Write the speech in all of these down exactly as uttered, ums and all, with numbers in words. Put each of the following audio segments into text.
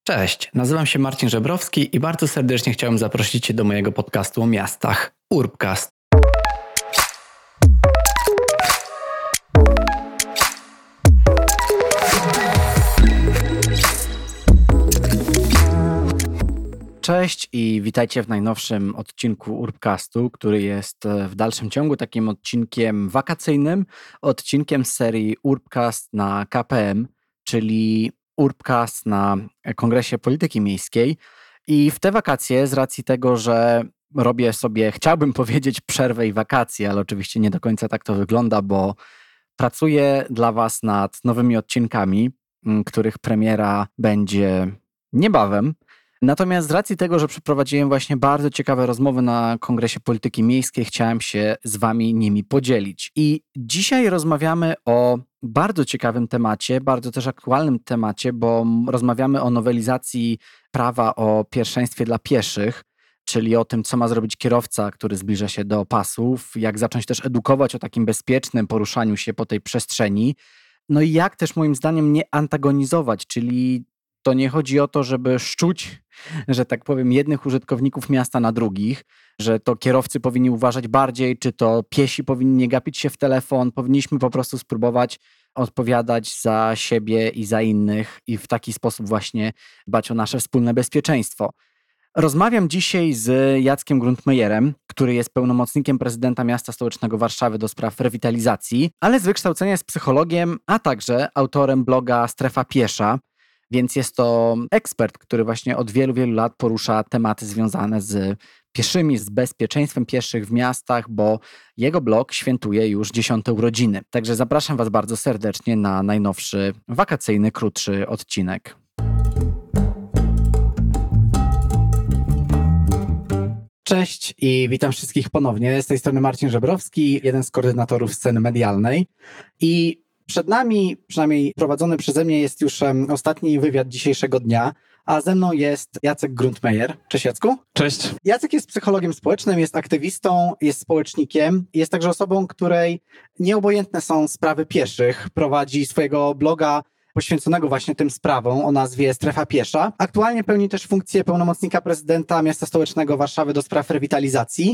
Cześć, nazywam się Marcin Żebrowski i bardzo serdecznie chciałem zaprosić Cię do mojego podcastu o miastach, Urbcast. Cześć i witajcie w najnowszym odcinku Urbcastu, który jest w dalszym ciągu takim odcinkiem wakacyjnym, odcinkiem z serii Urbcast na K P M, czyli Urbcast na Kongresie Polityki Miejskiej. I w te wakacje, z racji tego, że robię sobie, chciałbym powiedzieć, przerwę i wakacje, ale oczywiście nie do końca tak to wygląda, bo pracuję dla Was nad nowymi odcinkami, których premiera będzie niebawem. Natomiast z racji tego, że przeprowadziłem właśnie bardzo ciekawe rozmowy na Kongresie Polityki Miejskiej, chciałem się z Wami nimi podzielić. I dzisiaj rozmawiamy o bardzo ciekawym temacie, bardzo też aktualnym temacie, bo rozmawiamy o nowelizacji prawa o pierwszeństwie dla pieszych, czyli o tym, co ma zrobić kierowca, który zbliża się do pasów, jak zacząć też edukować o takim bezpiecznym poruszaniu się po tej przestrzeni. No i jak też moim zdaniem nie antagonizować, czyli to nie chodzi o to, żeby szczuć, że tak powiem, jednych użytkowników miasta na drugich, że to kierowcy powinni uważać bardziej, czy to piesi powinni nie gapić się w telefon. Powinniśmy po prostu spróbować odpowiadać za siebie i za innych i w taki sposób właśnie dbać o nasze wspólne bezpieczeństwo. Rozmawiam dzisiaj z Jackiem Grundmejerem, który jest pełnomocnikiem prezydenta miasta stołecznego Warszawy do spraw rewitalizacji, ale z wykształcenia jest psychologiem, a także autorem bloga Strefa Piesza. Więc jest to ekspert, który właśnie od wielu, wielu lat porusza tematy związane z pieszymi, z bezpieczeństwem pieszych w miastach, bo jego blog świętuje już dziesiąte urodziny. Także zapraszam Was bardzo serdecznie na najnowszy, wakacyjny, krótszy odcinek. Cześć i witam wszystkich ponownie. Z tej strony Marcin Żebrowski, jeden z koordynatorów sceny medialnej. I przed nami, przynajmniej prowadzony przeze mnie, jest już um, ostatni wywiad dzisiejszego dnia, a ze mną jest Jacek Grundmejer. Cześć Jacku. Cześć. Jacek jest psychologiem społecznym, jest aktywistą, jest społecznikiem, jest także osobą, której nieobojętne są sprawy pieszych. Prowadzi swojego bloga poświęconego właśnie tym sprawom o nazwie Strefa Piesza. Aktualnie pełni też funkcję pełnomocnika prezydenta miasta stołecznego Warszawy do spraw rewitalizacji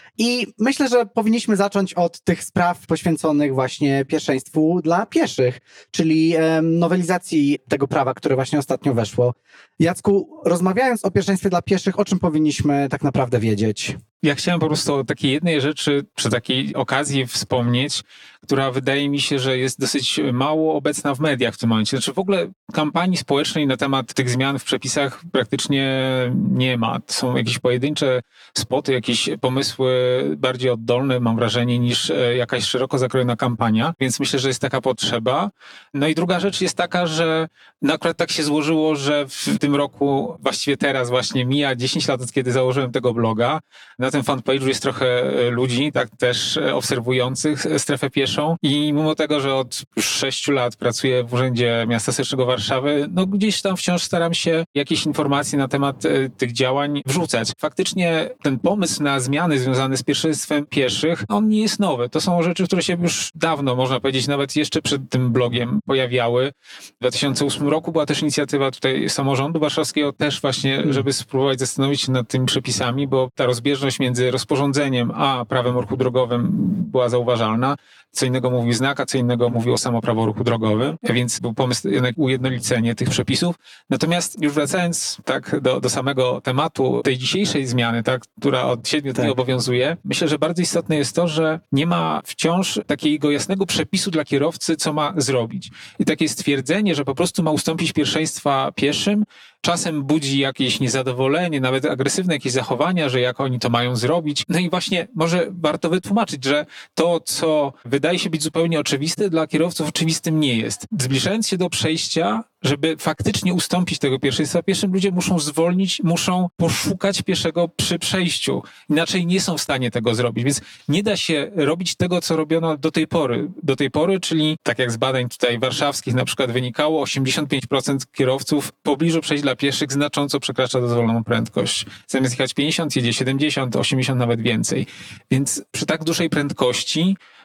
i myślę, że powinniśmy zacząć od tych spraw poświęconych właśnie pierwszeństwu dla pieszych, czyli em, nowelizacji tego prawa, które właśnie ostatnio weszło. Jacku, rozmawiając o pierwszeństwie dla pieszych, o czym powinniśmy tak naprawdę wiedzieć? Ja chciałem po prostu o takiej jednej rzeczy przy takiej okazji wspomnieć, która wydaje mi się, że jest dosyć mało obecna w mediach w tym momencie. Znaczy w ogóle kampanii społecznej na temat tych zmian w przepisach praktycznie nie ma. To są jakieś pojedyncze spoty, jakieś pomysły bardziej oddolne, mam wrażenie, niż jakaś szeroko zakrojona kampania, więc myślę, że jest taka potrzeba. No i druga rzecz jest taka, że no akurat tak się złożyło, że w tym roku, właściwie teraz właśnie mija dziesięć lat, od kiedy założyłem tego bloga. Na tym fanpage'u jest trochę ludzi, tak też obserwujących strefę pieszą i mimo tego, że od już sześciu lat pracuję w Urzędzie Miasta Stołecznego Warszawy, no gdzieś tam wciąż staram się jakieś informacje na temat tych działań wrzucać. Faktycznie ten pomysł na zmiany związane z pierwszeństwem pieszych, on nie jest nowy. To są rzeczy, które się już dawno, można powiedzieć, nawet jeszcze przed tym blogiem pojawiały. W dwa tysiące ósmym roku była też inicjatywa tutaj samorządu warszawskiego też właśnie, żeby spróbować zastanowić się nad tymi przepisami, bo ta rozbieżność między rozporządzeniem a prawem o ruchu drogowym była zauważalna. Co innego mówił znak, a co innego mówiło samo prawo o ruchu drogowym, więc był pomysł jednak ujednolicenie tych przepisów. Natomiast już wracając tak do, do samego tematu tej dzisiejszej zmiany, tak, która od siedmiu dni tak. obowiązuje, myślę, że bardzo istotne jest to, że nie ma wciąż takiego jasnego przepisu dla kierowcy, co ma zrobić. I takie stwierdzenie, że po prostu ma ustąpić pierwszeństwa pieszym, czasem budzi jakieś niezadowolenie, nawet agresywne jakieś zachowania, że jak oni to mają zrobić. No i właśnie może warto wytłumaczyć, że to, co wydaje się być zupełnie oczywiste, dla kierowców oczywistym nie jest. Zbliżając się do przejścia, żeby faktycznie ustąpić tego pierwszeństwa pieszym, ludzie muszą zwolnić, muszą poszukać pieszego przy przejściu. Inaczej nie są w stanie tego zrobić, więc nie da się robić tego, co robiono do tej pory. Do tej pory, czyli tak jak z badań tutaj warszawskich na przykład wynikało, osiemdziesiąt pięć procent kierowców w pobliżu przejść dla pieszych znacząco przekracza dozwoloną prędkość. Zamiast jechać pięćdziesiąt, jedzie siedemdziesiąt, osiemdziesiąt, nawet więcej. Więc przy tak dużej prędkości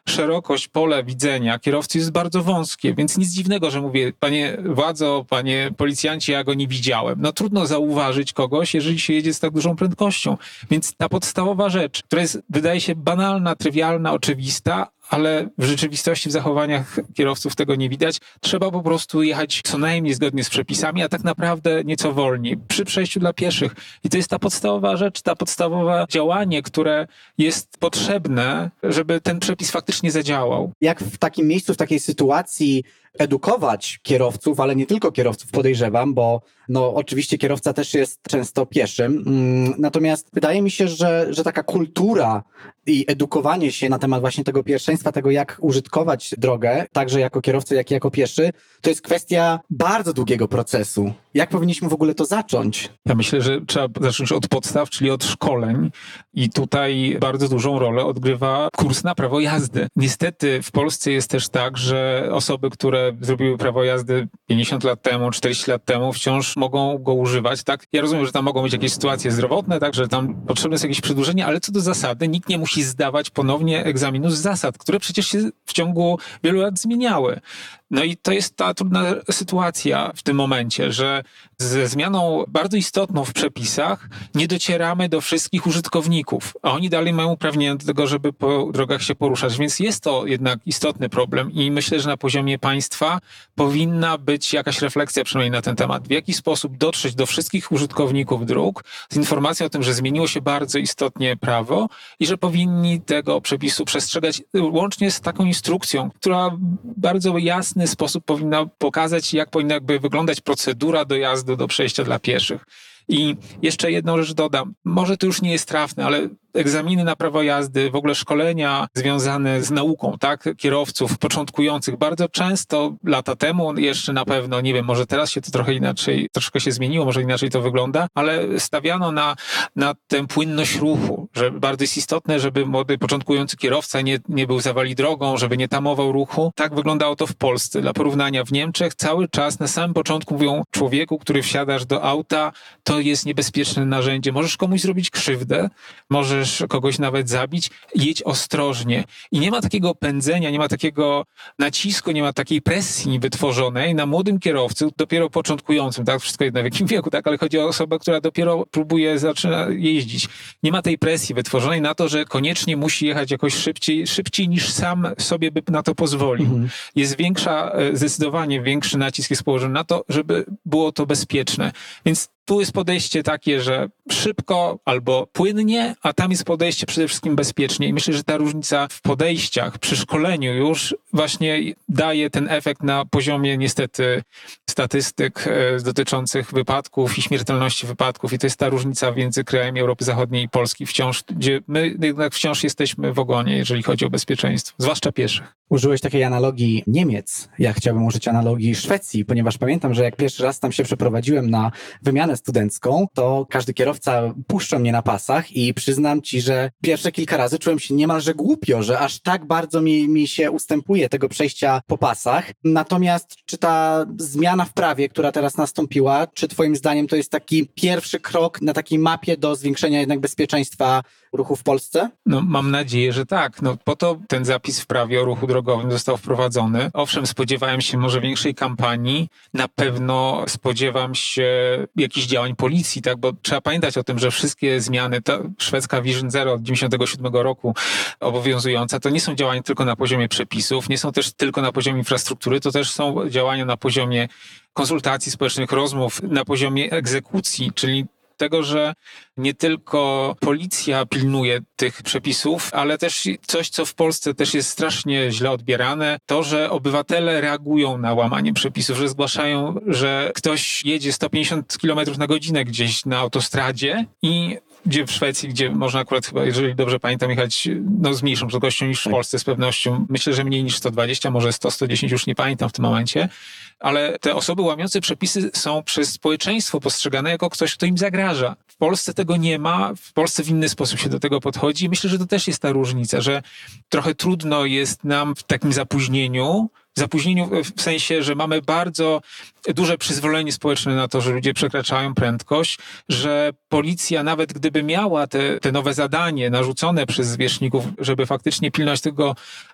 szerokość pole widzenia kierowcy jest bardzo wąskie, więc nic dziwnego, że mówię, panie władzo, panie policjanci, ja go nie widziałem. No trudno zauważyć kogoś, jeżeli się jedzie z tak dużą prędkością. Więc ta podstawowa rzecz, która jest, wydaje się banalna, trywialna, oczywista, ale w rzeczywistości, w zachowaniach kierowców tego nie widać. Trzeba po prostu jechać co najmniej zgodnie z przepisami, a tak naprawdę nieco wolniej, przy przejściu dla pieszych. I to jest ta podstawowa rzecz, ta podstawowe działanie, które jest potrzebne, żeby ten przepis faktycznie zadziałał. Jak w takim miejscu, w takiej sytuacji edukować kierowców, ale nie tylko kierowców, podejrzewam, bo no oczywiście kierowca też jest często pieszym. Natomiast wydaje mi się, że, że taka kultura i edukowanie się na temat właśnie tego pierwszeństwa, tego jak użytkować drogę, także jako kierowca, jak i jako pieszy, to jest kwestia bardzo długiego procesu. Jak powinniśmy w ogóle to zacząć? Ja myślę, że trzeba zacząć od podstaw, czyli od szkoleń i tutaj bardzo dużą rolę odgrywa kurs na prawo jazdy. Niestety w Polsce jest też tak, że osoby, które zrobiły prawo jazdy pięćdziesiąt lat temu, czterdzieści lat temu, wciąż mogą go używać, tak? Ja rozumiem, że tam mogą być jakieś sytuacje zdrowotne, tak, że tam potrzebne jest jakieś przedłużenie, ale co do zasady, nikt nie musi zdawać ponownie egzaminu z zasad, które przecież się w ciągu wielu lat zmieniały. No i to jest ta trudna sytuacja w tym momencie, że ze zmianą bardzo istotną w przepisach nie docieramy do wszystkich użytkowników, a oni dalej mają uprawnienia do tego, żeby po drogach się poruszać, więc jest to jednak istotny problem i myślę, że na poziomie państwa powinna być jakaś refleksja przynajmniej na ten temat, w jaki sposób dotrzeć do wszystkich użytkowników dróg z informacją o tym, że zmieniło się bardzo istotnie prawo i że powinni tego przepisu przestrzegać, łącznie z taką instrukcją, która w bardzo jasny sposób powinna pokazać, jak powinna jakby wyglądać procedura dojazdu do przejścia dla pieszych. I jeszcze jedną rzecz dodam. Może to już nie jest trafne, ale egzaminy na prawo jazdy, w ogóle szkolenia związane z nauką, tak, kierowców początkujących bardzo często, lata temu jeszcze na pewno, nie wiem, może teraz się to trochę inaczej, troszkę się zmieniło, może inaczej to wygląda, ale stawiano na, na tę płynność ruchu, że bardzo jest istotne, żeby młody, początkujący kierowca nie, nie był zawali drogą, żeby nie tamował ruchu. Tak wyglądało to w Polsce. Dla porównania w Niemczech cały czas na samym początku mówią, człowieku, który wsiadasz do auta, to jest niebezpieczne narzędzie, możesz komuś zrobić krzywdę, możesz kogoś nawet zabić, jedź ostrożnie. I nie ma takiego pędzenia, nie ma takiego nacisku, nie ma takiej presji wytworzonej na młodym kierowcy, dopiero początkującym, tak, wszystko jedno w jakim wieku, tak, ale chodzi o osobę, która dopiero próbuje, zaczyna jeździć. Nie ma tej presji wytworzonej na to, że koniecznie musi jechać jakoś szybciej, szybciej niż sam sobie by na to pozwolił. Mhm. Jest większa, zdecydowanie większy nacisk jest położony na to, żeby było to bezpieczne. Więc tu jest podejście takie, że szybko albo płynnie, a tam jest podejście przede wszystkim bezpiecznie. I myślę, że ta różnica w podejściach przy szkoleniu już właśnie daje ten efekt na poziomie niestety statystyk dotyczących wypadków i śmiertelności wypadków. I to jest ta różnica między krajami Europy Zachodniej i Polski wciąż, gdzie my jednak wciąż jesteśmy w ogonie, jeżeli chodzi o bezpieczeństwo, zwłaszcza pieszych. Użyłeś takiej analogii Niemiec. Ja chciałbym użyć analogii Szwecji, ponieważ pamiętam, że jak pierwszy raz tam się przeprowadziłem na wymianę studencką, to każdy kierowca puszczał mnie na pasach i przyznam ci, że pierwsze kilka razy czułem się niemalże głupio, że aż tak bardzo mi, mi się ustępuje tego przejścia po pasach. Natomiast czy ta zmiana w prawie, która teraz nastąpiła, czy twoim zdaniem to jest taki pierwszy krok na takiej mapie do zwiększenia jednak bezpieczeństwa ruchu w Polsce? No mam nadzieję, że tak. No po to ten zapis w prawie o ruchu drogowym został wprowadzony. Owszem, spodziewałem się może większej kampanii. Na pewno spodziewam się jakichś działań policji, tak, bo trzeba pamiętać o tym, że wszystkie zmiany, ta szwedzka Vision Zero od dziewięćdziesiątego siódmego roku obowiązująca, to nie są działania tylko na poziomie przepisów, nie są też tylko na poziomie infrastruktury, to też są działania na poziomie konsultacji społecznych, rozmów, na poziomie egzekucji, czyli tego, że nie tylko policja pilnuje tych przepisów, ale też coś, co w Polsce też jest strasznie źle odbierane, to, że obywatele reagują na łamanie przepisów, że zgłaszają, że ktoś jedzie sto pięćdziesiąt kilometrów na godzinę gdzieś na autostradzie i gdzie w Szwecji, gdzie można akurat chyba, jeżeli dobrze pamiętam, jechać no, z mniejszą prędkością niż w Polsce z pewnością. Myślę, że mniej niż sto dwadzieścia, może sto, sto dziesięć, już nie pamiętam w tym momencie. Ale te osoby łamiące przepisy są przez społeczeństwo postrzegane jako ktoś, kto im zagraża. W Polsce tego nie ma, w Polsce w inny sposób się do tego podchodzi. Myślę, że to też jest ta różnica, że trochę trudno jest nam w takim zapóźnieniu, Zapóźnieniu w sensie, że mamy bardzo duże przyzwolenie społeczne na to, że ludzie przekraczają prędkość, że policja nawet gdyby miała te, te nowe zadanie narzucone przez zwierzchników, żeby faktycznie pilnować tego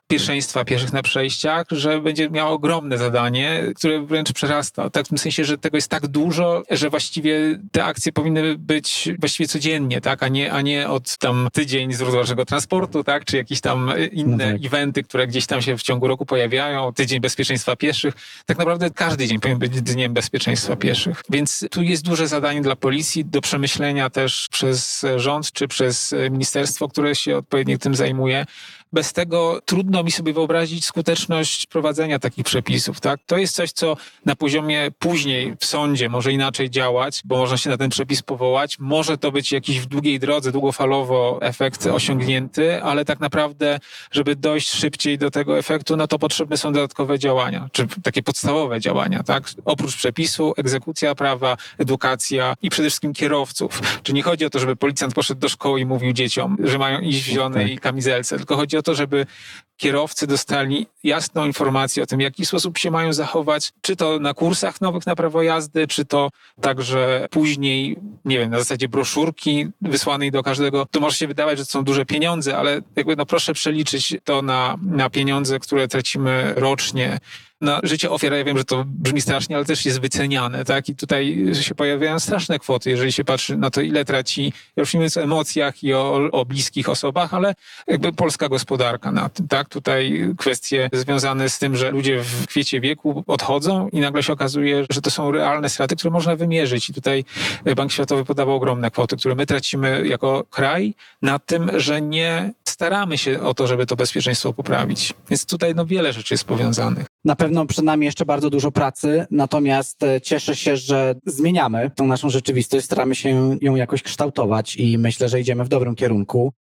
pierwszeństwa pieszych na przejściach, że będzie miała ogromne zadanie, które wręcz przerasta. Tak, w tym sensie, że tego jest tak dużo, że właściwie te akcje powinny być właściwie codziennie, tak, a nie, a nie od tam tydzień źródła naszego transportu, tak, czy jakieś tam inne no tak. eventy, które gdzieś tam się w ciągu roku pojawiają, tydzień bezpieczeństwa pieszych. Tak naprawdę każdy dzień powinien być dniem bezpieczeństwa pieszych. Więc tu jest duże zadanie dla policji do przemyślenia też przez rząd, czy przez ministerstwo, które się odpowiednio tym zajmuje. Bez tego trudno mi sobie wyobrazić skuteczność prowadzenia takich przepisów. Tak? To jest coś, co na poziomie później w sądzie może inaczej działać, bo można się na ten przepis powołać. Może to być jakiś w długiej drodze, długofalowo efekt osiągnięty, ale tak naprawdę, żeby dojść szybciej do tego efektu, no to potrzebne są dodatkowe działania, czy takie podstawowe działania. Tak? Oprócz przepisu, egzekucja prawa, edukacja i przede wszystkim kierowców. Czy nie chodzi o to, żeby policjant poszedł do szkoły i mówił dzieciom, że mają iść w zielonej kamizelce, tylko chodzi o to, żeby kierowcy dostali jasną informację o tym, w jaki sposób się mają zachować, czy to na kursach nowych na prawo jazdy, czy to także później, nie wiem, na zasadzie broszurki wysłanej do każdego. To może się wydawać, że to są duże pieniądze, ale jakby no proszę przeliczyć to na, na pieniądze, które tracimy rocznie. Na życie ofiar, ja wiem, że to brzmi strasznie, ale też jest wyceniane, tak? I tutaj się pojawiają straszne kwoty, jeżeli się patrzy na to, ile traci, ja już nie mówiąc o emocjach i o, o bliskich osobach, ale jakby polska gospodarka na tym, tak? Tutaj kwestie związane z tym, że ludzie w kwiecie wieku odchodzą i nagle się okazuje, że to są realne straty, które można wymierzyć. I tutaj Bank Światowy podawał ogromne kwoty, które my tracimy jako kraj na tym, że nie staramy się o to, żeby to bezpieczeństwo poprawić. Więc tutaj no wiele rzeczy jest powiązanych. Na pewno przed nami jeszcze bardzo dużo pracy, natomiast cieszę się, że zmieniamy tą naszą rzeczywistość, staramy się ją jakoś kształtować i myślę, że idziemy w dobrym kierunku.